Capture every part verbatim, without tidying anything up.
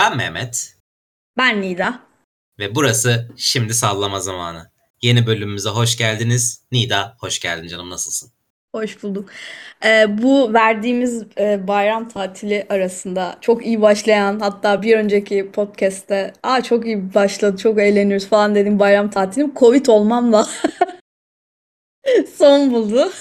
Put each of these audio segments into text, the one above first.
Ben Mehmet Ben Nida. ve burası Şimdi Sallama Zamanı. Yeni bölümümüze hoş geldiniz. Nida, hoş geldin canım, nasılsın? Hoş bulduk. Ee, bu verdiğimiz e, bayram tatili arasında çok iyi başlayan, hatta bir önceki podcast'te aa çok iyi başladı, çok eğleniyoruz falan dediğim bayram tatilim Covid olmamla son buldu.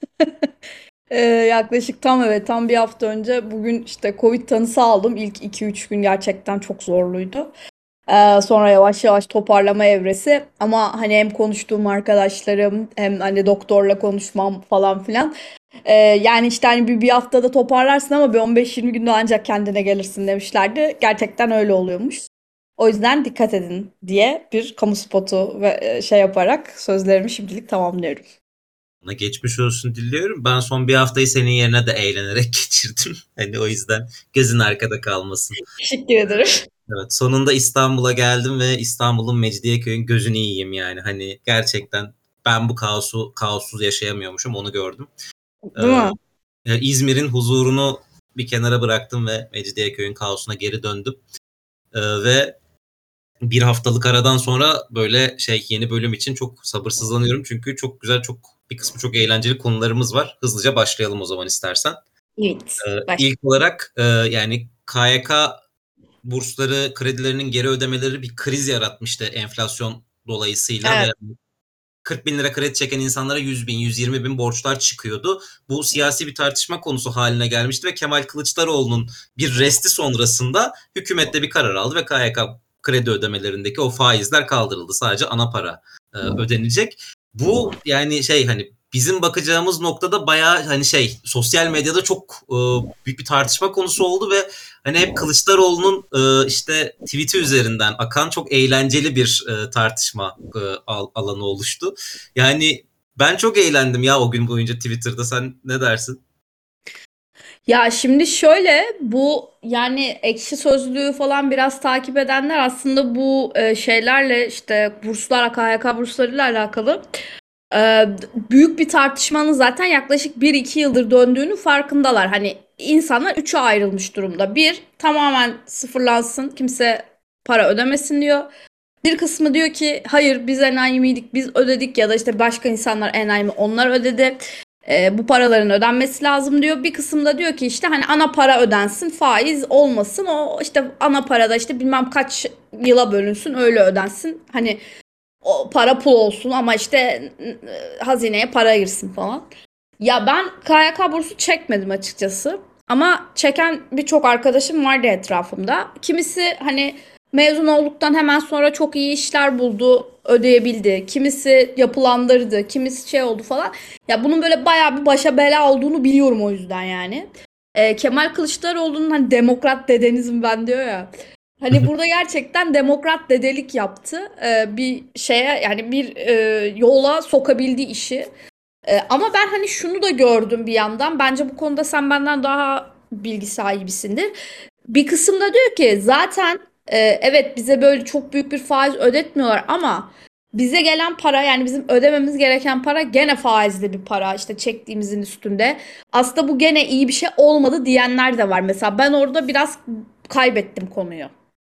Ee, yaklaşık tam evet tam bir hafta önce bugün işte Covid tanısı aldım. İlk iki üç gün gerçekten çok zorluydu. Ee, sonra yavaş yavaş toparlama evresi, ama hani hem konuştuğum arkadaşlarım hem hani doktorla konuşmam falan filan. Ee, yani işte hani bir, bir haftada toparlarsın ama bir on beş yirmi günde ancak kendine gelirsin demişlerdi. Gerçekten öyle oluyormuş. O yüzden dikkat edin diye bir kamu spotu ve e, şey yaparak sözlerimi şimdilik tamamlıyorum. Bana geçmiş olsun diliyorum. Ben son bir haftayı senin yerine de eğlenerek geçirdim. Hani o yüzden gözün arkada kalmasın. Teşekkür ederim. Evet, sonunda İstanbul'a geldim ve İstanbul'un Mecidiyeköy'ün gözünü yiyeyim yani. Hani gerçekten ben bu kaosu kaossuz yaşayamıyormuşum, onu gördüm. Değil mi? Ee, İzmir'in huzurunu bir kenara bıraktım ve Mecidiyeköy'ün kaosuna geri döndüm. Ee, ve bir haftalık aradan sonra böyle şey yeni bölüm için çok sabırsızlanıyorum. Çünkü çok güzel, çok bir kısmı çok eğlenceli konularımız var. Hızlıca başlayalım o zaman istersen. Evet. Ee, Baş. ilk olarak e, yani K Y K bursları kredilerinin geri ödemeleri bir kriz yaratmıştı enflasyon dolayısıyla ve Evet. kırk bin lira kredi çeken insanlara yüz bin, yüz yirmi bin borçlar çıkıyordu. Bu siyasi bir tartışma konusu haline gelmişti ve Kemal Kılıçdaroğlu'nun bir resti sonrasında hükümette bir karar aldı ve K Y K kredi ödemelerindeki o faizler kaldırıldı. Sadece ana para e, ödenecek. Bu yani şey hani bizim bakacağımız noktada bayağı hani şey sosyal medyada çok e, büyük bir tartışma konusu oldu ve hani hep Kılıçdaroğlu'nun e, işte tweet'i üzerinden akan çok eğlenceli bir e, tartışma e, al- alanı oluştu. Yani ben çok eğlendim ya o gün boyunca Twitter'da. Sen ne dersin? Ya şimdi şöyle, bu yani Ekşi Sözlüğü falan biraz takip edenler aslında bu e, şeylerle, işte burslar, K Y K burslarıyla alakalı e, büyük bir tartışmanın zaten yaklaşık bir iki yıldır döndüğünü farkındalar. Hani insanlar üçe ayrılmış durumda. Bir, tamamen sıfırlansın, kimse para ödemesin diyor. Bir kısmı diyor ki hayır, biz enayi miydik, biz ödedik, ya da işte başka insanlar enayi mi, onlar ödedi. E, bu paraların ödenmesi lazım diyor. Bir kısım da diyor ki işte hani ana para ödensin, faiz olmasın. O işte ana parada işte bilmem kaç yıla bölünsün, öyle ödensin. Hani o para pul olsun ama işte e, hazineye para girsin falan. Ya ben K Y K bursu çekmedim açıkçası. Ama çeken birçok arkadaşım vardı etrafımda. Kimisi hani mezun olduktan hemen sonra çok iyi işler buldu, ödeyebildi. Kimisi yapılandırdı, kimisi şey oldu falan. Ya bunun böyle bayağı bir başa bela olduğunu biliyorum o yüzden yani. Ee, Kemal Kılıçdaroğlu'nun hani demokrat dedenizm ben diyor ya. Hani burada gerçekten demokrat dedelik yaptı. Ee, bir şeye, yani bir e, yola sokabildiği işi. Ee, ama ben hani şunu da gördüm bir yandan. Bence bu konuda sen benden daha bilgi sahibisindir. Bir kısımda diyor ki zaten e, evet, bize böyle çok büyük bir faiz ödetmiyorlar ama bize gelen para, yani bizim ödememiz gereken para gene faizli bir para, işte çektiğimizin üstünde. Aslında bu gene iyi bir şey olmadı diyenler de var. Mesela ben orada biraz kaybettim konuyu.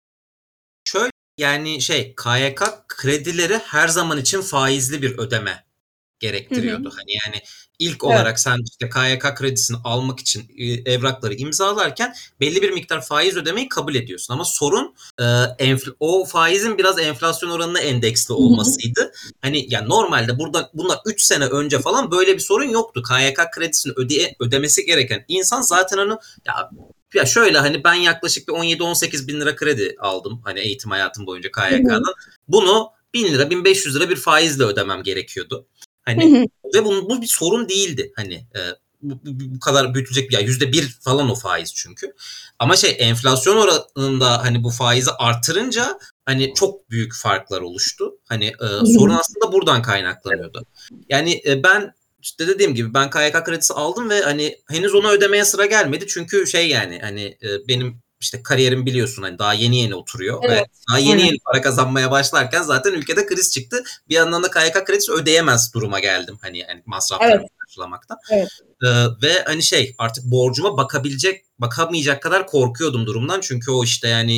Şöyle yani şey K Y K kredileri her zaman için faizli bir ödeme Hı hı. gerektiriyordu. Hani yani ilk Evet. olarak sen işte K Y K kredisini almak için e, evrakları imzalarken belli bir miktar faiz ödemeyi kabul ediyorsun. Ama sorun e, enfl- o faizin biraz enflasyon oranına endeksli Hı hı. olmasıydı. Hani yani normalde burada bunlar üç sene önce falan böyle bir sorun yoktu. K Y K kredisini öde ödemesi gereken insan zaten onu ya ya şöyle hani ben yaklaşık bir on yedi on sekiz bin lira kredi aldım hani eğitim hayatım boyunca Hı hı. K Y K'dan. Bunu bin lira bin beş yüz lira bir faizle ödemem gerekiyordu. Hı Hani hı. ve bu, bu bir sorun değildi. Hani e, bu, bu, bu kadar büyütecek bir ya yüzde bir falan o faiz çünkü. Ama şey enflasyon oranında hani bu faizi artırınca hani çok büyük farklar oluştu. Hani e, Hı sorun hı. aslında buradan kaynaklanıyordu. Yani e, ben işte dediğim gibi ben K Y K kredisi aldım ve hani henüz onu ödemeye sıra gelmedi. Çünkü şey yani hani e, benim işte kariyerim biliyorsun hani daha yeni yeni oturuyor ve Evet. daha yeni Aynen. yeni para kazanmaya başlarken zaten ülkede kriz çıktı. Bir yandan da K Y K kredisi ödeyemez duruma geldim hani yani Evet. masraflarımı karşılamakta. Evet. Ee, ve hani şey artık borcuma bakabilecek bakamayacak kadar korkuyordum durumdan. Çünkü o işte yani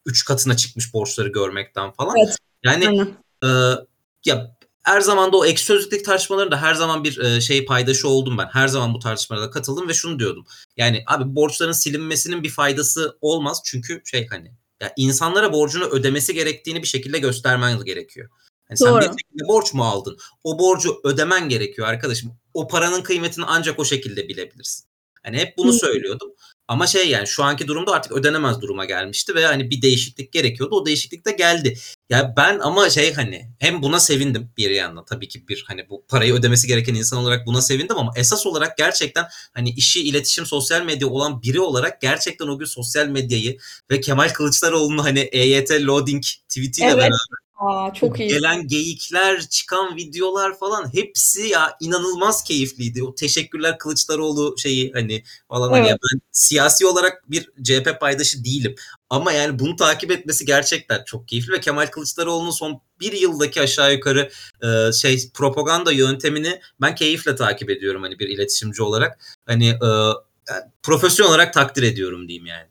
üç katına çıkmış borçları görmekten falan. Evet. Yani Aynen. e, ya her zaman da o ekşi sözlükteki tartışmalarında her zaman bir e, şey paydaşı oldum ben. Her zaman bu tartışmalara katıldım ve şunu diyordum. Yani abi borçların silinmesinin bir faydası olmaz. Çünkü şey hani ya insanlara borcunu ödemesi gerektiğini bir şekilde göstermen gerekiyor. Yani sen bir Doğru. şekilde borç mu aldın? O borcu ödemen gerekiyor arkadaşım. O paranın kıymetini ancak o şekilde bilebilirsin. Hani hep bunu Hı. söylüyordum. Ama şey yani şu anki durumda artık ödenemez duruma gelmişti ve hani bir değişiklik gerekiyordu. O değişiklik de geldi. Ya ben ama şey hani hem buna sevindim bir yandan tabii ki bir hani bu parayı ödemesi gereken insan olarak buna sevindim ama esas olarak gerçekten hani işi iletişim sosyal medya olan biri olarak gerçekten o gün sosyal medyayı ve Kemal Kılıçdaroğlu'nun hani E Y T loading tweetiyle Evet. beraber Aa, çok iyi. gelen geyikler, çıkan videolar falan hepsi ya inanılmaz keyifliydi. O teşekkürler Kılıçdaroğlu şeyi hani falan hani ya Evet. ben siyasi olarak bir C H P paydaşı değilim. Ama yani bunu takip etmesi gerçekten çok keyifli ve Kemal Kılıçdaroğlu'nun son bir yıldaki aşağı yukarı e, şey propaganda yöntemini ben keyifle takip ediyorum hani bir iletişimci olarak. Hani e, profesyonel olarak takdir ediyorum diyeyim yani.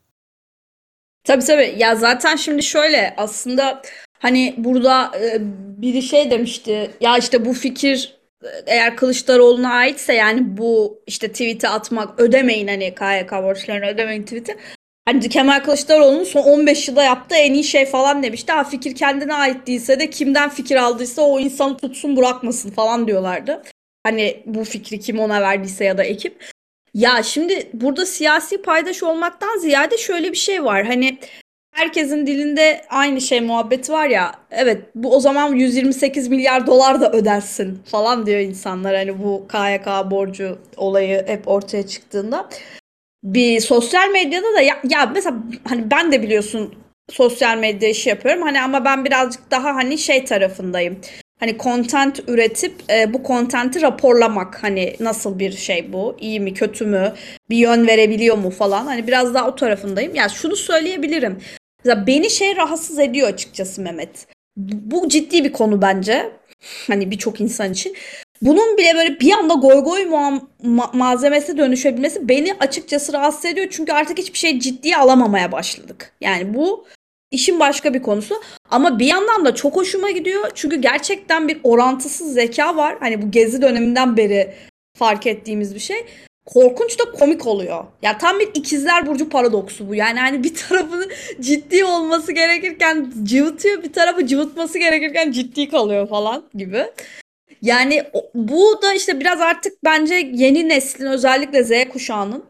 Tabii tabii. Ya zaten şimdi şöyle aslında hani burada e, biri şey demişti. Ya işte bu fikir e, eğer Kılıçdaroğlu'na aitse yani bu işte tweet'i atmak ödemeyin hani K Y K borçlarını ödemeyin tweet'i. Hani Kemal Kılıçdaroğlu'nun son on beş yılda yaptığı en iyi şey falan demişti. Ha fikir kendine ait değilse de kimden fikir aldıysa o insanı tutsun bırakmasın falan diyorlardı. Hani bu fikri kim ona verdiyse ya da ekip. Ya şimdi burada siyasi paydaş olmaktan ziyade şöyle bir şey var. Hani herkesin dilinde aynı şey muhabbeti var ya. Evet bu o zaman yüz yirmi sekiz milyar dolar da ödersin falan diyor insanlar. Hani bu K Y K borcu olayı hep ortaya çıktığında. Bir sosyal medyada da ya, ya mesela hani ben de biliyorsun sosyal medya işi yapıyorum. Hani ama ben birazcık daha hani şey tarafındayım. Hani content üretip e, bu content'i raporlamak. Hani nasıl bir şey bu? İyi mi, kötü mü? Bir yön verebiliyor mu falan. Hani biraz daha o tarafındayım. Ya şunu söyleyebilirim. Mesela beni şey rahatsız ediyor açıkçası Mehmet. Bu ciddi bir konu bence. Hani birçok insan için. Bunun bile böyle bir anda goy goy muam- ma- malzemesi dönüşebilmesi beni açıkçası rahatsız ediyor. Çünkü artık hiçbir şey ciddiye alamamaya başladık. Yani bu işin başka bir konusu. Ama bir yandan da çok hoşuma gidiyor. Çünkü gerçekten bir orantısız zeka var. Hani bu gezi döneminden beri fark ettiğimiz bir şey. Korkunç da komik oluyor. Ya tam bir ikizler burcu paradoksu bu. Yani hani bir tarafının ciddi olması gerekirken cıvıtıyor, bir tarafı cıvıtması gerekirken ciddi kalıyor falan gibi. Yani o- bu da işte biraz artık bence yeni neslin özellikle Z kuşağının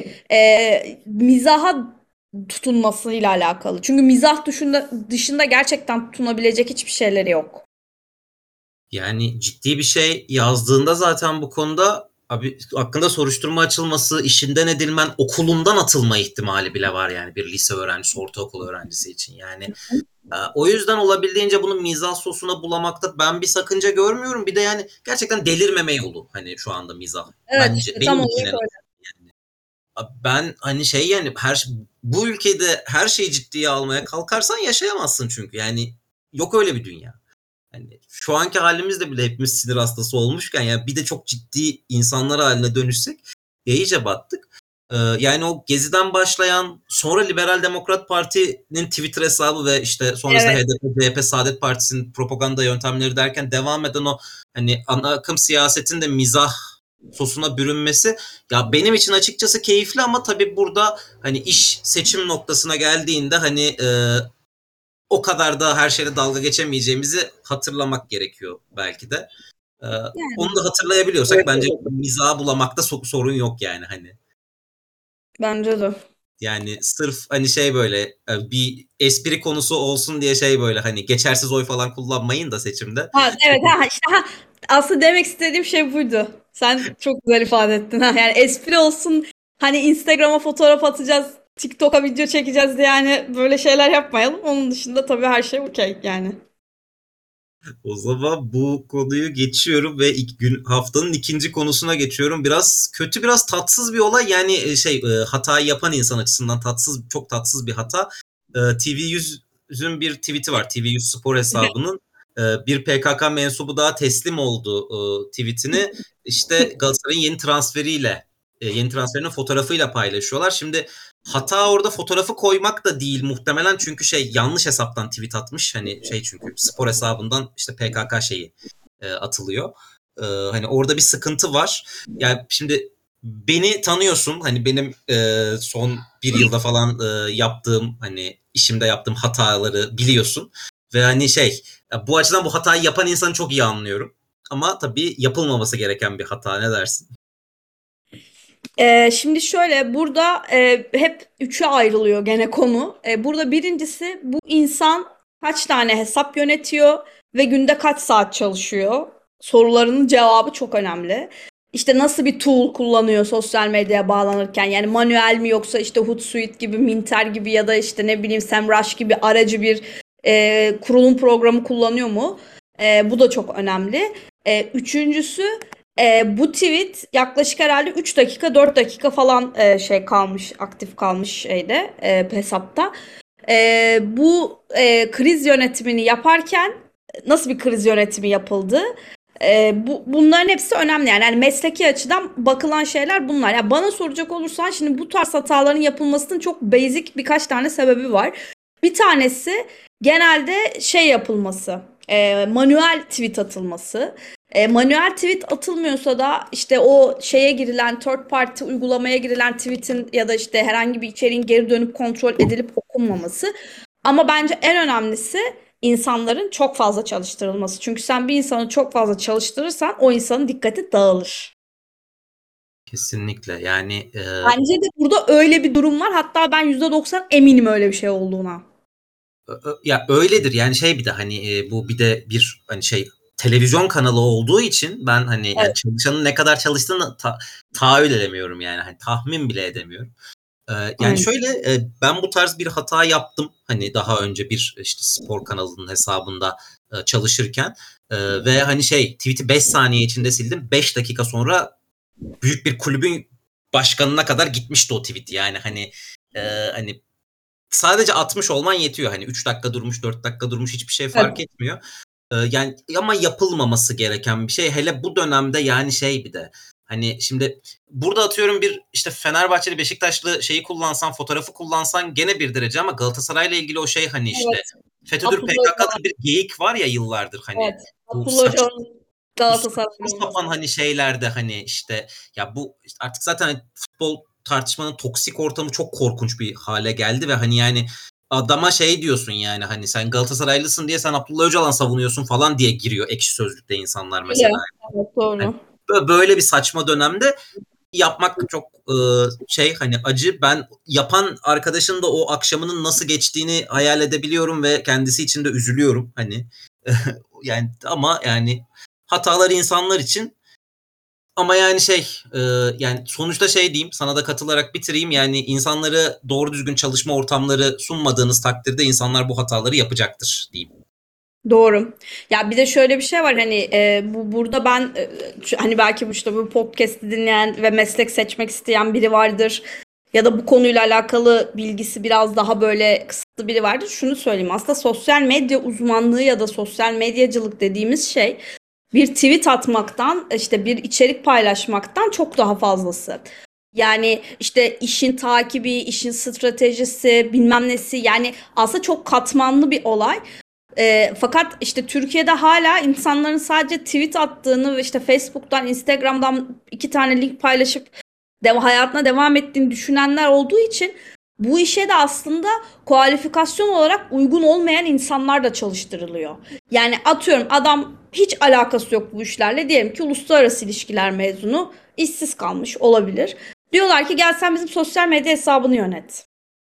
e, mizaha tutunmasıyla alakalı. Çünkü mizah dışında, dışında gerçekten tutunabilecek hiçbir şeyleri yok. Yani ciddi bir şey yazdığında zaten bu konuda abi hakkında soruşturma açılması, işinden edilmen, okulundan atılma ihtimali bile var yani bir lise öğrencisi, ortaokul öğrencisi için. Yani e, o yüzden olabildiğince bunu mizah sosuna bulamakta ben bir sakınca görmüyorum. Bir de yani gerçekten delirmeme yolu hani şu anda mizah. Evet Bence işte tam benim için olarak en öyle. azından. Abi ben hani şey yani her bu ülkede her şeyi ciddiye almaya kalkarsan yaşayamazsın çünkü. Yani yok öyle bir dünya. Hani şu anki halimizde bile hepimiz sinir hastası olmuşken ya bir de çok ciddi insanlar haline dönüşsek ya iyice battık. Ee, yani o Gezi'den başlayan sonra Liberal Demokrat Parti'nin Twitter hesabı ve işte sonrasında Evet. H D P, C H P, Saadet Partisi'nin propaganda yöntemleri derken devam eden o hani ana akım siyasetin de mizah sosuna bürünmesi ya benim için açıkçası keyifli ama tabii burada hani iş seçim noktasına geldiğinde hani e, o kadar da her şeyle dalga geçemeyeceğimizi hatırlamak gerekiyor belki de. Ee, Yani onu da hatırlayabiliyorsak bence mizahı bulamakta so- sorun yok yani hani. bence de. Yani sırf hani şey böyle e, bir espri konusu olsun diye şey böyle hani geçersiz oy falan kullanmayın da seçimde. Ha, evet ha işte ha. Aslında demek istediğim şey buydu. Sen çok güzel ifade ettin ha. Yani espri olsun hani Instagram'a fotoğraf atacağız, TikTok'a video çekeceğiz diye yani böyle şeyler yapmayalım. Onun dışında tabii her şey okey yani. O zaman bu konuyu geçiyorum ve ilk gün haftanın ikinci konusuna geçiyorum. Biraz kötü, biraz tatsız bir olay. Yani e, şey e, hatayı yapan insan açısından tatsız, çok tatsız bir hata. E, T V yüzün bir tweet'i var. T V yüz spor hesabının. E, bir P K K mensubu daha teslim oldu e, tweetini. İşte Galatasaray'ın yeni transferiyle, e, yeni transferinin fotoğrafıyla paylaşıyorlar. Şimdi hata orada fotoğrafı koymak da değil muhtemelen, çünkü şey yanlış hesaptan tweet atmış. Hani şey, çünkü spor hesabından işte P K K şeyi e, atılıyor. E, hani orada bir sıkıntı var. Yani şimdi beni tanıyorsun. Hani benim e, son bir yılda falan e, yaptığım, hani işimde yaptığım hataları biliyorsun. Ve hani şey, bu açıdan bu hatayı yapan insanı çok iyi anlıyorum. Ama tabii yapılmaması gereken bir hata, ne dersin? Ee, şimdi şöyle burada e, hep üçe ayrılıyor gene konu. E, burada birincisi, bu insan kaç tane hesap yönetiyor ve günde kaç saat çalışıyor? Sorularının cevabı çok önemli. İşte nasıl bir tool kullanıyor sosyal medyaya bağlanırken? Yani manuel mi, yoksa işte Hootsuite gibi, Minter gibi ya da işte ne bileyim SEMrush gibi aracı bir e, kurulum programı kullanıyor mu? E, bu da çok önemli. E, üçüncüsü, e, bu tweet yaklaşık herhalde üç dakika dört dakika falan e, şey kalmış, aktif kalmış şeyde, e, hesapta. E, bu e, kriz yönetimini yaparken nasıl bir kriz yönetimi yapıldı? E, bu, bunların hepsi önemli yani. Yani mesleki açıdan bakılan şeyler bunlar. Yani bana soracak olursan, şimdi bu tarz hataların yapılmasının çok basic birkaç tane sebebi var. Bir tanesi, genelde şey yapılması, e, manuel tweet atılması. E, manuel tweet atılmıyorsa da işte o şeye girilen, third party uygulamaya girilen tweet'in ya da işte herhangi bir içeriğin geri dönüp kontrol edilip okunmaması. Ama bence en önemlisi, insanların çok fazla çalıştırılması. Çünkü sen bir insanı çok fazla çalıştırırsan o insanın dikkati dağılır. Kesinlikle. Yani e, Bence de burada öyle bir durum var. Hatta ben yüzde doksan eminim öyle bir şey olduğuna. ya öyledir yani, şey, bir de hani e, bu bir de bir hani şey, televizyon kanalı olduğu için ben hani yani Evet. çalışanın ne kadar çalıştığını ta- tahayyül edemiyorum, yani hani tahmin bile edemiyorum. Ee, yani Aynen. şöyle, e, ben bu tarz bir hata yaptım hani daha önce bir işte spor kanalının hesabında e, çalışırken. E, ve hani şey, tweet'i beş saniye içinde sildim, beş dakika sonra büyük bir kulübün başkanına kadar gitmişti o tweet, yani hani e, hani sadece atmış olman yetiyor. Hani üç dakika durmuş, dört dakika durmuş, hiçbir şey fark Evet. etmiyor. Ee, yani ama yapılmaması gereken bir şey. Hele bu dönemde, yani şey, bir de hani şimdi burada atıyorum bir işte Fenerbahçeli Beşiktaşlı şeyi kullansan, fotoğrafı kullansan gene bir derece, ama Galatasaray'la ilgili o şey, hani işte Evet. FETÖ'dür Abdullah P K K'dır Öcalan. bir geyik var ya yıllardır, hani Evet. bu Abdullah saçma Öcalan'ın bu saçma Galatasaraylı sapan olması. hani şeylerde, hani işte ya bu işte artık zaten hani futbol tartışmanın toksik ortamı çok korkunç bir hale geldi ve hani yani adama şey diyorsun, yani hani sen Galatasaraylısın diye sen Abdullah Öcalan savunuyorsun falan diye giriyor Ekşi Sözlük'te insanlar Öyle. mesela. Evet, Hani doğru. böyle bir saçma dönemde yapmak çok e, şey, hani acı. Ben yapan arkadaşın da o akşamının nasıl geçtiğini hayal edebiliyorum ve kendisi için de üzülüyorum hani. Yani ama yani hatalar insanlar için, ama yani şey, e, yani sonuçta şey diyeyim, sana da katılarak bitireyim, yani insanları doğru düzgün çalışma ortamları sunmadığınız takdirde insanlar bu hataları yapacaktır diyeyim. Doğru. Ya bir de şöyle bir şey var, hani e, bu burada ben e, şu- hani belki bu işte bu podcast'i dinleyen ve meslek seçmek isteyen biri vardır ya da bu konuyla alakalı bilgisi biraz daha böyle kısıtlı biri vardır. Şunu söyleyeyim, aslında sosyal medya uzmanlığı ya da sosyal medyacılık dediğimiz şey, bir tweet atmaktan, işte bir içerik paylaşmaktan çok daha fazlası. Yani işte işin takibi, işin stratejisi, bilmem nesi, yani aslında çok katmanlı bir olay. E, fakat işte Türkiye'de hala insanların sadece tweet attığını ve işte Facebook'tan, Instagram'dan iki tane link paylaşıp dev hayatına devam ettiğini düşünenler olduğu için, bu işe de aslında kualifikasyon olarak uygun olmayan insanlar da çalıştırılıyor. Yani atıyorum, adam hiç alakası yok bu işlerle, diyelim ki uluslararası ilişkiler mezunu, işsiz kalmış olabilir. Diyorlar ki gel sen bizim sosyal medya hesabını yönet.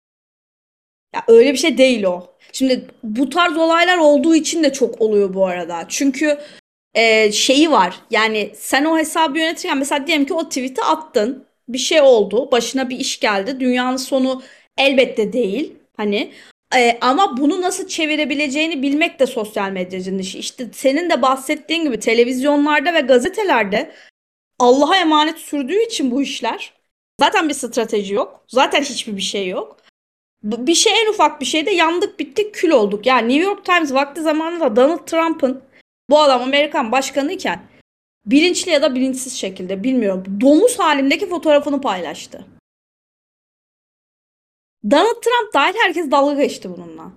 Ya öyle bir şey değil o. Şimdi bu tarz olaylar olduğu için de çok oluyor bu arada. Çünkü e, şeyi var. Yani sen o hesabı yönetirken, mesela diyelim ki o tweet'i attın. Bir şey oldu. Başına bir iş geldi. Dünyanın sonu elbette değil. Hani e, ama bunu nasıl çevirebileceğini bilmek de sosyal medyacının işi. İşte senin de bahsettiğin gibi televizyonlarda ve gazetelerde Allah'a emanet sürdüğü için bu işler. Zaten bir strateji yok. Zaten hiçbir bir şey yok. Bu- Bir şey, en ufak bir şeyde yandık bittik kül olduk. Yani New York Times vakti zamanında Donald Trump'ın, bu adam Amerikan başkanı iken, bilinçli ya da bilinçsiz şekilde bilmiyorum, domuz halindeki fotoğrafını paylaştı. Donald Trump dahil herkes dalga geçti bununla.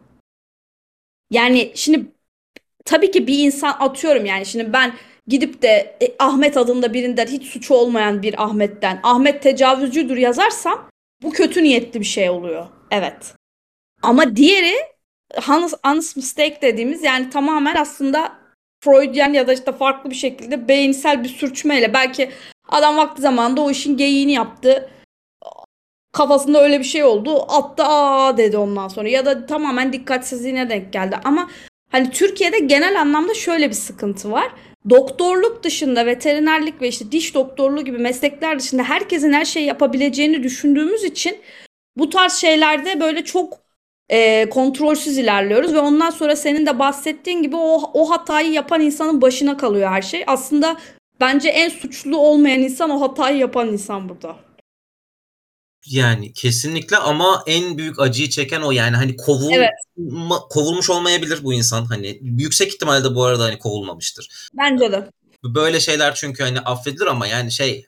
Yani şimdi tabii ki bir insan atıyorum yani şimdi ben gidip de e, Ahmet adında birinden hiç suçu olmayan bir Ahmet'ten Ahmet tecavüzcüdür yazarsam bu kötü niyetli bir şey oluyor. Evet. Ama diğeri honest, honest mistake dediğimiz yani tamamen aslında Freudian ya da işte farklı bir şekilde beyinsel bir sürçmeyle belki adam vakti zamanında o işin geyiğini yaptı. Kafasında öyle bir şey oldu. Attı aa dedi ondan sonra. Ya da tamamen dikkatsizliğine denk geldi. Ama hani Türkiye'de genel anlamda şöyle bir sıkıntı var. Doktorluk dışında veterinerlik ve işte diş doktorluğu gibi meslekler dışında herkesin her şeyi yapabileceğini düşündüğümüz için bu tarz şeylerde böyle çok e, kontrolsüz ilerliyoruz ve ondan sonra senin de bahsettiğin gibi o, o hatayı yapan insanın başına kalıyor her şey. Aslında bence en suçlu olmayan insan o hatayı yapan insan burada. Yani kesinlikle ama en büyük acıyı çeken o yani hani kovul Evet. kovulmuş olmayabilir bu insan hani yüksek ihtimalle bu arada hani kovulmamıştır. Bence de. Böyle şeyler çünkü hani affedilir ama yani şey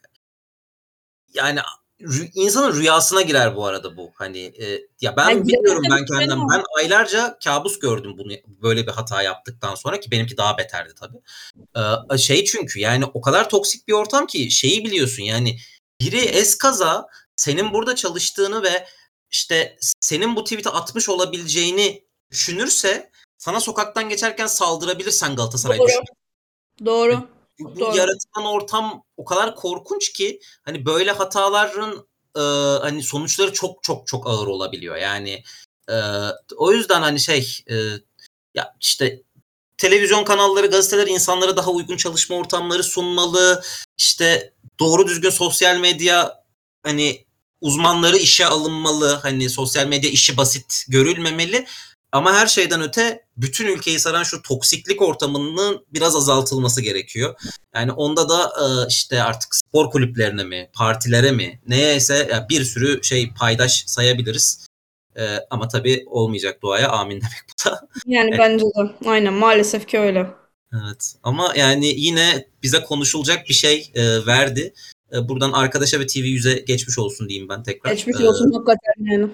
yani rü- insanın rüyasına girer bu arada bu. Hani e, ya ben Ya biliyorum girebilir ben mi? kendimden ben aylarca kabus gördüm bunu böyle bir hata yaptıktan sonra ki benimki daha beterdi tabii. Ee, şey çünkü yani o kadar toksik bir ortam ki şeyi biliyorsun yani biri eskaza senin burada çalıştığını ve işte senin bu tweet'i atmış olabileceğini düşünürse sana sokaktan geçerken saldırabilir sen Galatasaray Doğru. düşman. Doğru. Bu, Çok bu doğru. yaratılan ortam o kadar korkunç ki hani böyle hataların e, hani sonuçları çok çok çok ağır olabiliyor. Yani e, o yüzden hani şey e, ya işte televizyon kanalları, gazeteler insanlara daha uygun çalışma ortamları sunmalı. İşte doğru düzgün sosyal medya hani uzmanları işe alınmalı. Hani sosyal medya işi basit görülmemeli. Ama her şeyden öte bütün ülkeyi saran şu toksiklik ortamının biraz azaltılması gerekiyor. Yani onda da e, işte artık spor kulüplerine mi, partilere mi, neyse bir sürü şey paydaş sayabiliriz. E, ama tabii olmayacak duaya amin demek bu da. Yani bence de. Aynen maalesef ki öyle. Evet ama yani yine bize konuşulacak bir şey e, verdi. E, buradan arkadaşa ve T V yüze geçmiş olsun diyeyim ben tekrar. E, Geçmiş olsun hakikaten yani.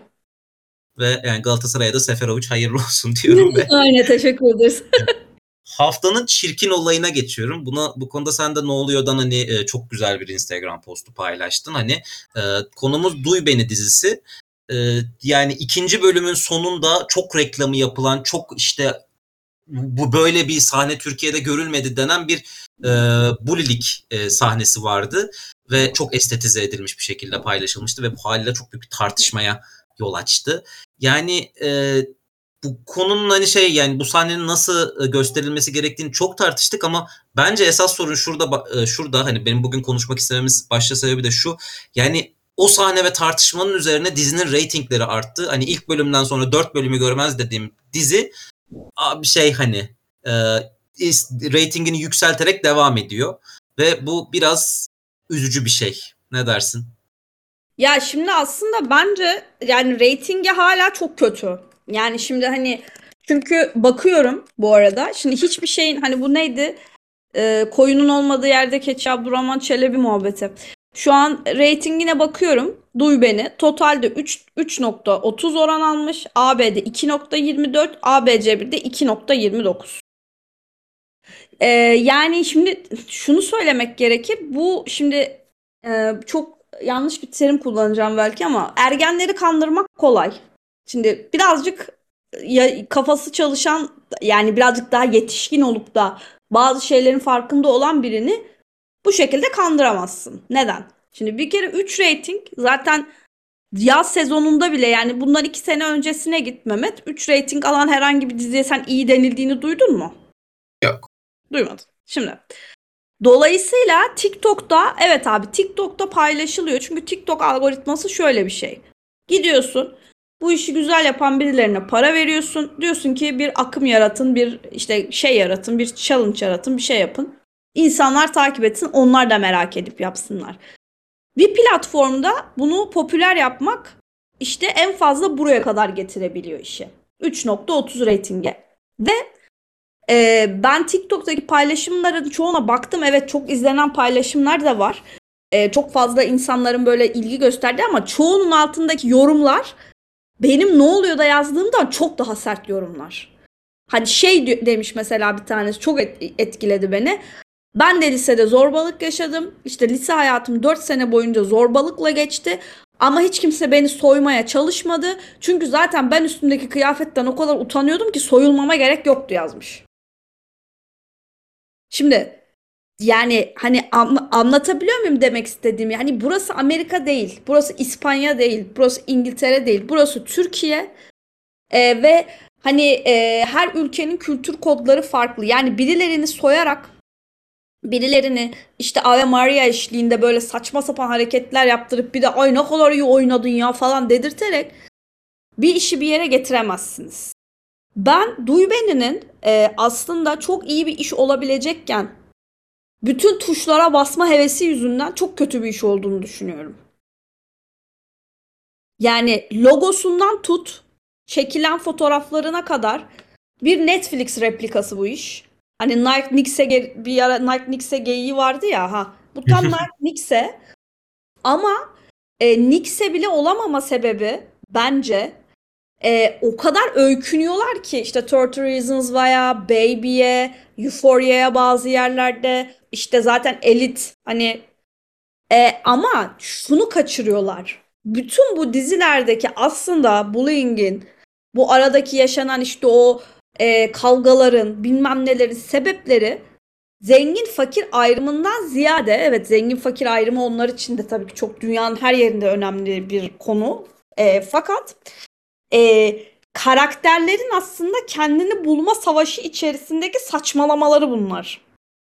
ve yani Galatasaray'a da Seferovic hayırlı olsun diyorum ve Aynen teşekkür ederiz. haftanın çirkin olayına geçiyorum. Buna bu konuda sen de ne oluyordan hani e, çok güzel bir Instagram postu paylaştın. Hani e, konumuz Duy Beni dizisi. E, yani ikinci bölümün sonunda çok reklamı yapılan, çok işte bu böyle bir sahne Türkiye'de görülmedi denen bir e, bulilik e, sahnesi vardı ve çok estetize edilmiş bir şekilde paylaşılmıştı ve bu haliyle çok büyük bir tartışmaya yol açtı. Yani e, bu konunun hani şey yani bu sahnenin nasıl gösterilmesi gerektiğini çok tartıştık ama bence esas sorun şurada e, şurada hani benim bugün konuşmak istememiz başta sebebi de şu. Yani o sahne ve tartışmanın üzerine dizinin reytingleri arttı. Hani ilk bölümden sonra dört bölümü görmez dediğim dizi bir şey hani e, reytingini yükselterek devam ediyor ve bu biraz üzücü bir şey. Ne dersin? Ya şimdi aslında bence yani reytingi hala çok kötü. Yani şimdi hani çünkü bakıyorum bu arada. Şimdi hiçbir şeyin hani bu neydi? Ee, koyunun olmadığı yerde keçi Abdurrahman Çelebi muhabbeti. Şu an reytingine bakıyorum. Duy Beni. Totalde üç, üç nokta otuz oran almış. A B'de iki nokta yirmi dört. A B C birde iki nokta yirmi dokuz. Ee, yani şimdi şunu söylemek gerekir. Bu şimdi e, çok yanlış bir terim kullanacağım belki ama ergenleri kandırmak kolay. Şimdi birazcık ya, kafası çalışan yani birazcık daha yetişkin olup da bazı şeylerin farkında olan birini bu şekilde kandıramazsın. Neden? Şimdi bir kere üç rating zaten yaz sezonunda bile yani bundan iki sene öncesine git Mehmet. üç rating alan herhangi bir diziye sen iyi denildiğini duydun mu? Yok. Duymadım. Şimdi dolayısıyla TikTok'ta evet abi TikTok'ta paylaşılıyor. Çünkü TikTok algoritması şöyle bir şey. Gidiyorsun bu işi güzel yapan birilerine para veriyorsun. Diyorsun ki bir akım yaratın, bir işte şey yaratın, bir challenge yaratın, bir şey yapın. İnsanlar takip etsin, onlar da merak edip yapsınlar. Bir platformda bunu popüler yapmak işte en fazla buraya kadar getirebiliyor işi. üç nokta otuz reytinge. Ve e, ben TikTok'taki paylaşımların çoğuna baktım. Evet çok izlenen paylaşımlar da var. E, çok fazla insanların böyle ilgi gösterdiği ama çoğunun altındaki yorumlar benim ne oluyor da yazdığımdan çok daha sert yorumlar. Hani şey demiş mesela bir tanesi, çok etkiledi beni. Ben de lisede zorbalık yaşadım. İşte lise hayatım dört sene boyunca zorbalıkla geçti. Ama hiç kimse beni soymaya çalışmadı. Çünkü zaten ben üstümdeki kıyafetten o kadar utanıyordum ki soyulmama gerek yoktu yazmış. Şimdi yani hani anla- anlatabiliyor muyum demek istediğimi? Hani burası Amerika değil, burası İspanya değil, burası İngiltere değil, burası Türkiye. Ee, ve hani e, her ülkenin kültür kodları farklı. Yani birilerini soyarak, birilerini işte Ave Maria eşliğinde böyle saçma sapan hareketler yaptırıp bir de ay ne kadar iyi oynadın ya falan dedirterek bir işi bir yere getiremezsiniz. Ben Duybeni'nin e, aslında çok iyi bir iş olabilecekken bütün tuşlara basma hevesi yüzünden çok kötü bir iş olduğunu düşünüyorum. Yani logosundan tut, çekilen fotoğraflarına kadar bir Netflix replikası bu iş. Hani Nike Knicks'e bir ara Nike Knicks'e geyiği vardı ya, ha. Bu tam Nike Knicks'e, ama e, Knicks'e bile olamama sebebi bence e, o kadar öykünüyorlar ki işte otuz Reasons Why'a, Baby'ye, Euphoria'ya bazı yerlerde, işte zaten Elit hani, e, ama şunu kaçırıyorlar. Bütün bu dizilerdeki aslında bullying'in, bu aradaki yaşanan işte o e, kavgaların, bilmem nelerin sebepleri zengin fakir ayrımından ziyade, evet zengin fakir ayrımı onlar için de tabii ki çok dünyanın her yerinde önemli bir konu. E, fakat e, karakterlerin aslında kendini bulma savaşı içerisindeki saçmalamaları bunlar.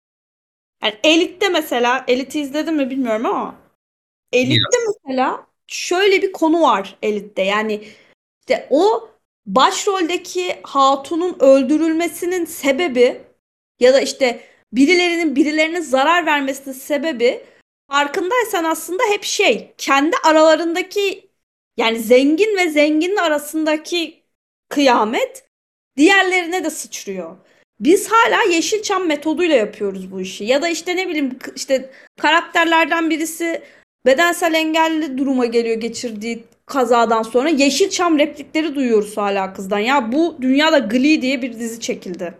Yani Elit'te mesela, Elit'i izledim mi bilmiyorum ama Elit'te Biraz. mesela şöyle bir konu var Elit'te. Yani işte o başroldeki hatunun öldürülmesinin sebebi ya da işte birilerinin birilerine zarar vermesinin sebebi, farkındaysan aslında hep şey, kendi aralarındaki, yani zengin ve zenginin arasındaki kıyamet diğerlerine de sıçrıyor. Biz hala Yeşilçam metoduyla yapıyoruz bu işi. Ya da işte ne bileyim, işte karakterlerden birisi bedensel engelli duruma geliyor geçirdiği kazadan sonra, Yeşilçam replikleri duyuyoruz hala kızdan. Ya bu dünyada Glee diye bir dizi çekildi.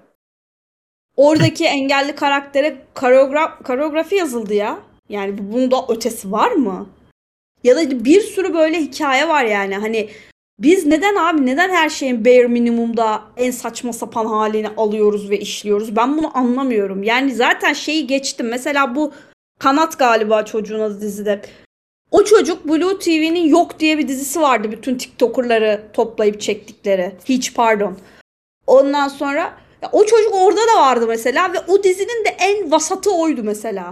Oradaki engelli karaktere koreogra koreografi yazıldı ya. Yani bu- bunun da ötesi var mı? Ya da bir sürü böyle hikaye var yani. Hani biz neden abi, neden her şeyin bare minimumda en saçma sapan halini alıyoruz ve işliyoruz? Ben bunu anlamıyorum. Yani zaten şeyi geçtim. Mesela bu Kanat galiba çocuğun adı dizide. O çocuk Blue T V'nin Yok diye bir dizisi vardı. Bütün TikToker'ları toplayıp çektikleri. Hiç pardon. Ondan sonra ya o çocuk orada da vardı mesela ve o dizinin de en vasatı oydu mesela.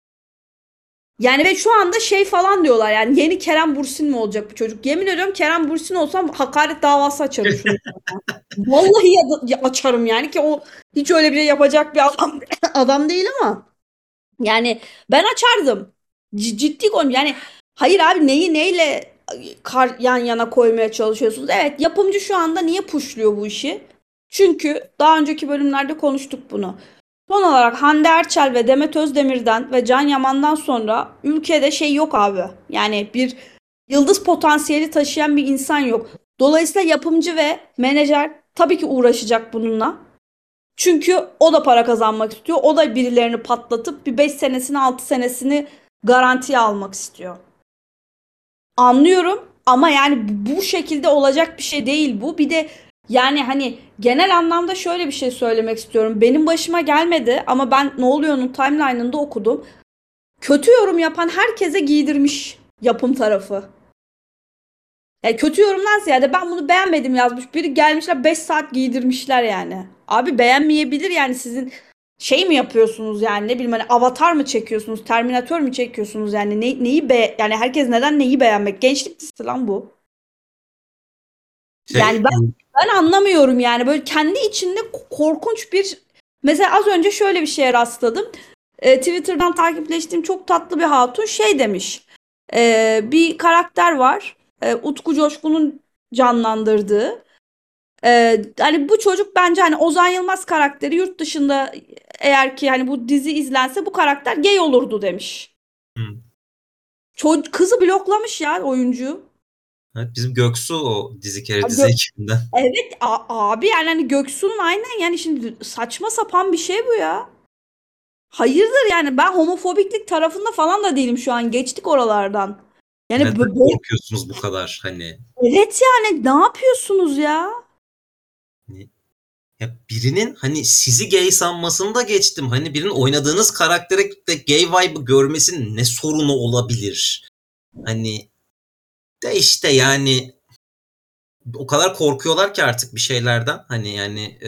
Yani ve şu anda şey falan diyorlar, yani yeni Kerem Bürsin mi olacak bu çocuk? Yemin ediyorum Kerem Bürsin olsam hakaret davası açarım şunu. Vallahi ya ya açarım yani, ki o hiç öyle bir şey yapacak bir adam adam değil ama yani ben açardım. C- ciddi konu yani, hayır abi, neyi neyle kar yan yana koymaya çalışıyorsunuz? Evet, yapımcı şu anda niye pushluyor bu işi? Çünkü daha önceki bölümlerde konuştuk bunu. Son olarak Hande Erçel ve Demet Özdemir'den ve Can Yaman'dan sonra ülkede şey yok abi. Yani bir yıldız potansiyeli taşıyan bir insan yok. Dolayısıyla yapımcı ve menajer tabii ki uğraşacak bununla. Çünkü o da para kazanmak istiyor. O da birilerini patlatıp bir beş senesini altı senesini garantiye almak istiyor. Anlıyorum ama yani bu şekilde olacak bir şey değil bu. Bir de yani hani genel anlamda şöyle bir şey söylemek istiyorum. Benim başıma gelmedi ama ben Ne Oluyor'un timeline'ında okudum. Kötü yorum yapan herkese giydirmiş yapım tarafı. Yani kötü yorumdan ziyade ben bunu beğenmedim yazmış biri, gelmişler beş saat giydirmişler yani. Abi beğenmeyebilir yani, sizin şey mi yapıyorsunuz yani, ne bileyim hani Avatar mı çekiyorsunuz, Terminator mü çekiyorsunuz yani, ne, neyi be yani, herkes neden neyi beğenmek? Gençlik dizisi lan bu. Şey, Yani ben ben anlamıyorum yani, böyle kendi içinde korkunç bir, mesela az önce şöyle bir şeye rastladım. E, Twitter'dan takipleştiğim çok tatlı bir hatun şey demiş. E, bir karakter var. E, Utku Coşkun'un canlandırdığı. E, hani bu çocuk bence, hani Ozan Yılmaz karakteri yurt dışında eğer ki hani bu dizi izlense bu karakter gay olurdu demiş. hı. Çocuk, kızı bloklamış ya oyuncu. Evet, bizim Göksu o dizi kere Ha, dizi Gö- ekibinden. evet a- abi yani hani Göksu'nun aynen yani şimdi saçma sapan bir şey bu ya. Hayırdır yani ben homofobiklik tarafında falan da değilim şu an. Geçtik oralardan. Yani Neden bö- böyle korkuyorsunuz bu kadar hani? evet yani ne yapıyorsunuz ya? Hani ya birinin hani sizi gay sanmasını da geçtim. Hani birinin oynadığınız karaktere de gay vibe'ı görmesinin ne sorunu olabilir? Hani de işte yani o kadar korkuyorlar ki artık bir şeylerden. Hani yani e,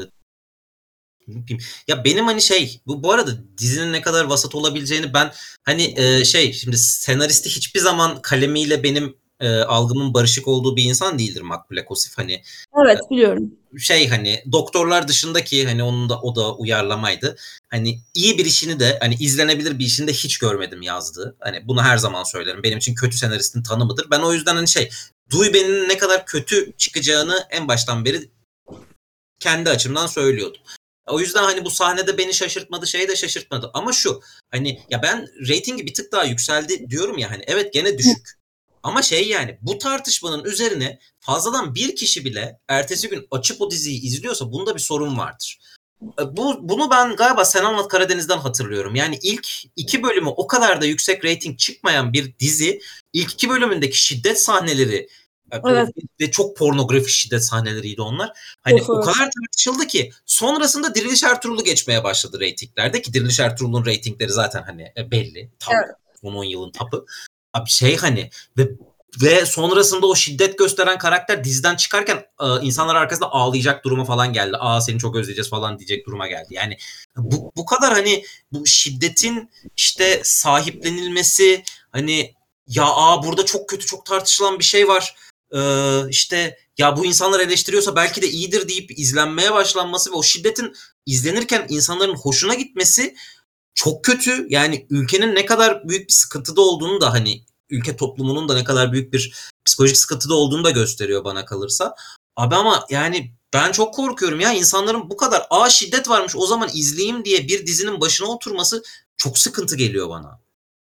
ne bileyim. Ya benim hani şey bu bu arada dizinin ne kadar vasat olabileceğini ben hani e, şey şimdi senaristi hiçbir zaman kalemiyle benim e, algımın barışık olduğu bir insan değildir Makbule Kosif. Hani Evet biliyorum. şey hani doktorlar dışındaki hani onun da o da uyarlamaydı. Hani iyi bir işini de hani izlenebilir bir işini de hiç görmedim yazdığı. Hani bunu her zaman söylerim. Benim için kötü senaristin tanımıdır. Ben o yüzden hani şey Duybe'nin ne kadar kötü çıkacağını en baştan beri kendi açımdan söylüyordum. O yüzden hani bu sahnede beni şaşırtmadı, şey de şaşırtmadı. Ama şu hani ya ben reytingi bir tık daha yükseldi diyorum ya hani evet gene düşük. Ama şey yani bu tartışmanın üzerine fazladan bir kişi bile ertesi gün açıp o diziyi izliyorsa bunda bir sorun vardır. E, Bu, bunu ben galiba Sen Anlat Karadeniz'den hatırlıyorum. Yani ilk iki bölümü o kadar da yüksek reyting çıkmayan bir dizi ilk iki bölümündeki şiddet sahneleri e, Evet. ve çok pornografik şiddet sahneleriydi onlar. Hani Of, o evet. kadar tartışıldı ki sonrasında Diriliş Ertuğrul'u geçmeye başladı reytinglerde ki Diriliş Ertuğrul'un reytingleri zaten hani e, belli. Tapu. Evet. Son on yılın tapı. Abi şey hani ve ve sonrasında o şiddet gösteren karakter diziden çıkarken e, insanlar arkasında ağlayacak duruma falan geldi. Aa seni çok özleyeceğiz falan diyecek duruma geldi. Yani bu, bu kadar hani bu şiddetin işte sahiplenilmesi hani ya aa burada çok kötü çok tartışılan bir şey var. Ee, işte ya bu insanlar eleştiriyorsa belki de iyidir deyip izlenmeye başlanması ve o şiddetin izlenirken insanların hoşuna gitmesi çok kötü. Yani ülkenin ne kadar büyük bir sıkıntıda olduğunu da hani ülke toplumunun da ne kadar büyük bir psikolojik sıkıntıda olduğunu da gösteriyor bana kalırsa. Abi ama yani ben çok korkuyorum ya insanların bu kadar aa şiddet varmış o zaman izleyeyim diye bir dizinin başına oturması çok sıkıntı geliyor bana.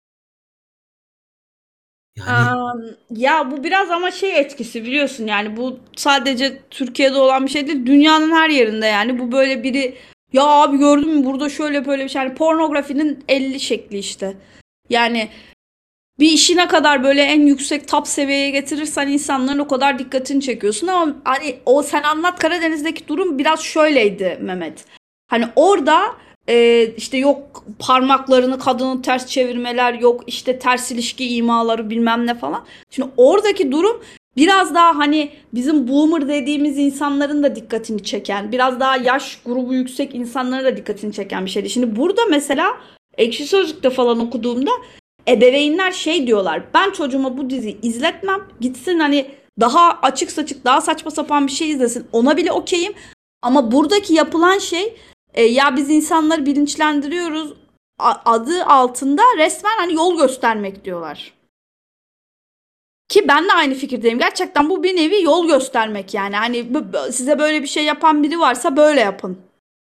Yani Am, ya bu biraz ama şey etkisi biliyorsun yani bu sadece Türkiye'de olan bir şey değil dünyanın her yerinde yani bu böyle biri ya abi gördün mü burada şöyle böyle bir şey yani pornografinin elli şekli işte. Yani bir işi ne kadar böyle en yüksek top seviyeye getirirsen insanların o kadar dikkatini çekiyorsun ama hani o Sen Anlat Karadeniz'deki durum biraz şöyleydi Mehmet. Hani orada e, işte yok parmaklarını kadının ters çevirmeler yok işte ters ilişki imaları bilmem ne falan. Şimdi oradaki durum biraz daha hani bizim boomer dediğimiz insanların da dikkatini çeken biraz daha yaş grubu yüksek insanların da dikkatini çeken bir şeydi. Şimdi burada mesela Ekşi Sözlük'te falan okuduğumda ebeveynler şey diyorlar. Ben çocuğuma bu diziyi izletmem. Gitsin hani daha açık saçık daha saçma sapan bir şey izlesin. Ona bile okeyim. Ama buradaki yapılan şey e, ya biz insanları bilinçlendiriyoruz adı altında resmen hani yol göstermek diyorlar. Ki ben de aynı fikirdeyim. Gerçekten bu bir nevi yol göstermek yani. Hani size böyle bir şey yapan biri varsa böyle yapın.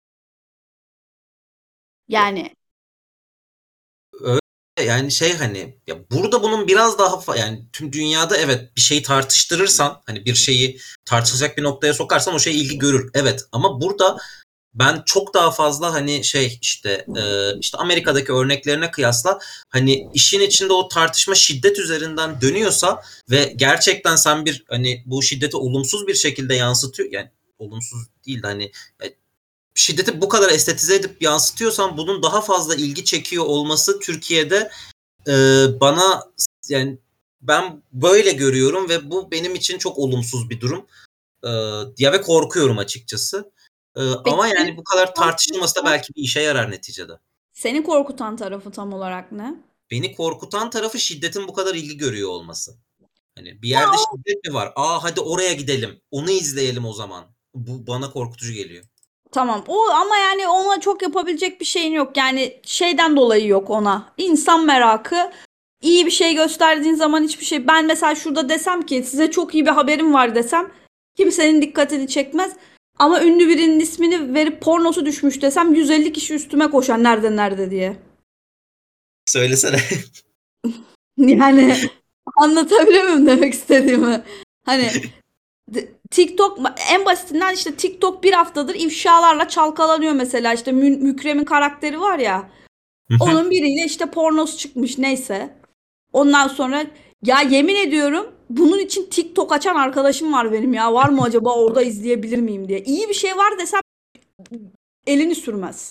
Yani öyle yani şey hani ya burada bunun biraz daha fa- yani tüm dünyada evet bir şeyi tartıştırırsan hani bir şeyi tartışılacak bir noktaya sokarsan o şey ilgi görür. Evet ama burada ben çok daha fazla hani şey işte e, işte Amerika'daki örneklerine kıyasla hani işin içinde o tartışma şiddet üzerinden dönüyorsa ve gerçekten sen bir hani bu şiddeti olumsuz bir şekilde yansıtıyor yani olumsuz değil de hani e, şiddeti bu kadar estetize edip yansıtıyorsan bunun daha fazla ilgi çekiyor olması Türkiye'de e, bana yani ben böyle görüyorum ve bu benim için çok olumsuz bir durum. E, ya ve korkuyorum açıkçası. E, peki ama seni yani bu kadar korkutan tartışılması da tarafı, belki bir işe yarar neticede. seni korkutan tarafı tam olarak ne? Beni korkutan tarafı şiddetin bu kadar ilgi görüyor olması. Hani bir Ya yerde şiddet mi var? Aa hadi oraya gidelim. Onu izleyelim o zaman. Bu bana korkutucu geliyor. tamam. O ama yani ona çok yapabilecek bir şeyin yok. Yani şeyden dolayı yok ona. İnsan merakı. İyi bir şey gösterdiğin zaman hiçbir şey. Ben mesela şurada desem ki size çok iyi bir haberim var desem kimsenin dikkatini çekmez. Ama ünlü birinin ismini verip pornosu düşmüş desem yüz elli kişi üstüme koşar nerede nerede diye. Söylesene. Yani Anlatabiliyor muyum demek istediğimi? Hani d- TikTok en basitinden işte TikTok bir haftadır ifşalarla çalkalanıyor mesela işte Mü- Mükrem'in karakteri var ya onun biriyle işte pornosu çıkmış neyse. Ondan sonra ya yemin ediyorum bunun için TikTok açan arkadaşım var benim ya. Var mı acaba orada izleyebilir miyim diye. İyi bir şey var desem elini sürmez.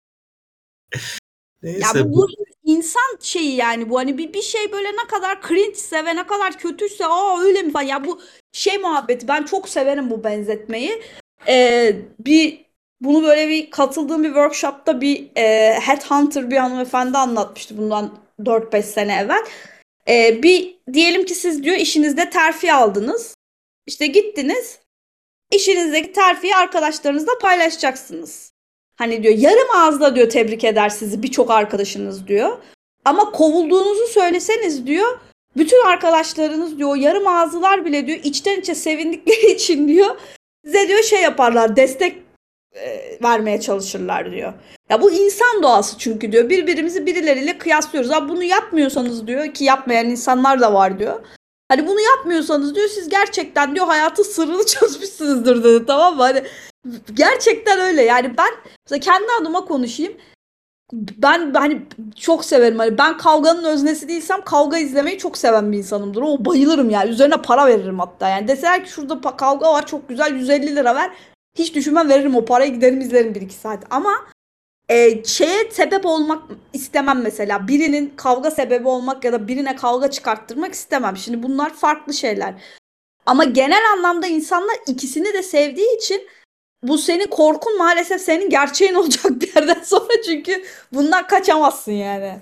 Ya Neyse bu, bu bu insan şeyi yani bu hani bir, bir şey böyle ne kadar cringe'se ve ne kadar kötüyse aa öyle mi falan. Ya bu şey muhabbeti ben çok severim bu benzetmeyi. Ee, bir bunu böyle bir katıldığım bir workshopta bir e, headhunter bir hanımefendi anlatmıştı bundan dört beş sene evvel. Ee, bir diyelim ki siz diyor işinizde terfi aldınız. İşte gittiniz. İşinizdeki terfiyi arkadaşlarınızla paylaşacaksınız. Hani diyor yarım ağızla diyor tebrik eder sizi birçok arkadaşınız diyor. Ama kovulduğunuzu söyleseniz diyor bütün arkadaşlarınız diyor yarım ağızlılar bile diyor içten içe sevindikleri için diyor size diyor şey yaparlar destek e, vermeye çalışırlar diyor. Ya bu insan doğası çünkü diyor birbirimizi birileriyle kıyaslıyoruz. Ha bunu yapmıyorsanız diyor ki yapmayan insanlar da var diyor. Hani bunu yapmıyorsanız diyor siz gerçekten diyor hayatın sırrını çözmüşsünüzdür dedi tamam mı? Hani gerçekten öyle yani ben mesela kendi adıma konuşayım. Ben hani çok severim hani ben kavganın öznesi değilsem kavga izlemeyi çok seven bir insanımdır. O bayılırım yani üzerine para veririm hatta yani deseler ki şurada pa- kavga var çok güzel yüz elli lira ver. Hiç düşünmem veririm o parayı giderim izlerim bir iki saat ama e, şeye sebep olmak istemem mesela. Birinin kavga sebebi olmak ya da birine kavga çıkarttırmak istemem. Şimdi bunlar farklı şeyler. Ama genel anlamda insanlar ikisini de sevdiği için bu senin korkun maalesef senin gerçeğin olacak bir yerden sonra çünkü bundan kaçamazsın yani.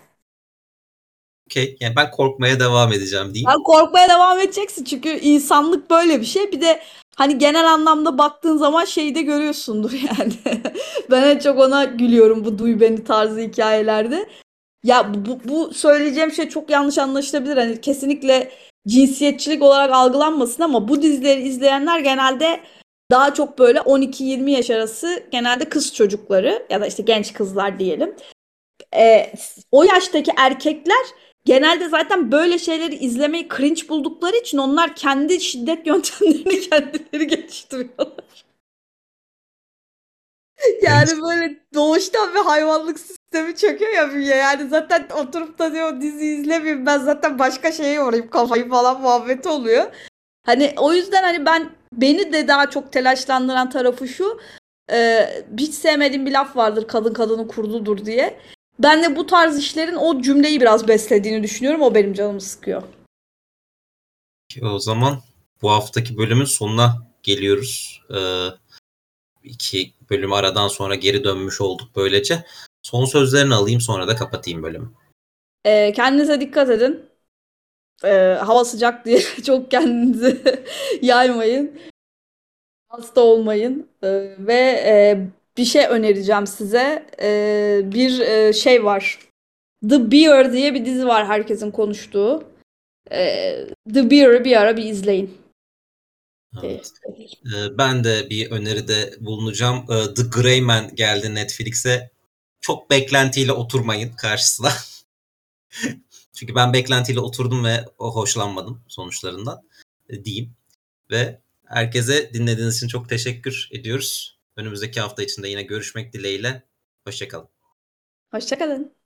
okey. Yani ben korkmaya devam edeceğim diyeyim. Ben korkmaya devam edeceksin çünkü insanlık böyle bir şey. Bir de hani genel anlamda baktığın zaman şeyi de görüyorsundur yani. Ben en çok ona gülüyorum bu duy beni tarzı hikayelerde. Ya bu, bu söyleyeceğim şey çok yanlış anlaşılabilir. Hani kesinlikle cinsiyetçilik olarak algılanmasın ama bu dizileri izleyenler genelde daha çok böyle on iki yirmi yaş arası genelde kız çocukları ya da işte genç kızlar diyelim. Ee, o yaştaki erkekler genelde zaten böyle şeyleri izlemeyi cringe buldukları için onlar kendi şiddet yöntemlerini kendileri geliştiriyorlar. Evet. Yani böyle doğuştan bir hayvanlık sistemi çöküyor ya bünye. Yani zaten oturup da diyor dizi izlemeyeyim ben zaten başka şeye yorayım kafayı falan muhabbeti oluyor. Hani o yüzden hani ben beni de daha çok telaşlandıran tarafı şu. E, hiç sevmediğim bir laf vardır kadın kadının kurdudur diye. Ben de bu tarz işlerin o cümleyi biraz beslediğini düşünüyorum. O benim canımı sıkıyor. O zaman bu haftaki bölümün sonuna geliyoruz. Ee, iki bölüm aradan sonra geri dönmüş olduk böylece. Son sözlerini alayım sonra da kapatayım bölümü. E, kendinize dikkat edin. E, hava sıcak diye çok kendinizi yaymayın. Hasta olmayın. Ee, ve e, bir şey önereceğim size. Ee, bir e, şey var. The Bear diye bir dizi var herkesin konuştuğu. Ee, The Bear'ı bir ara bir izleyin. Ee, Evet. Ee, ben de bir öneride bulunacağım. Ee, The Gray Man geldi Netflix'e. Çok beklentiyle oturmayın karşısına. Çünkü ben beklentiyle oturdum ve o hoşlanmadım sonuçlarından e, diyeyim. Ve herkese dinlediğiniz için çok teşekkür ediyoruz. Önümüzdeki hafta içinde yine görüşmek dileğiyle. Hoşçakalın. Hoşça kalın.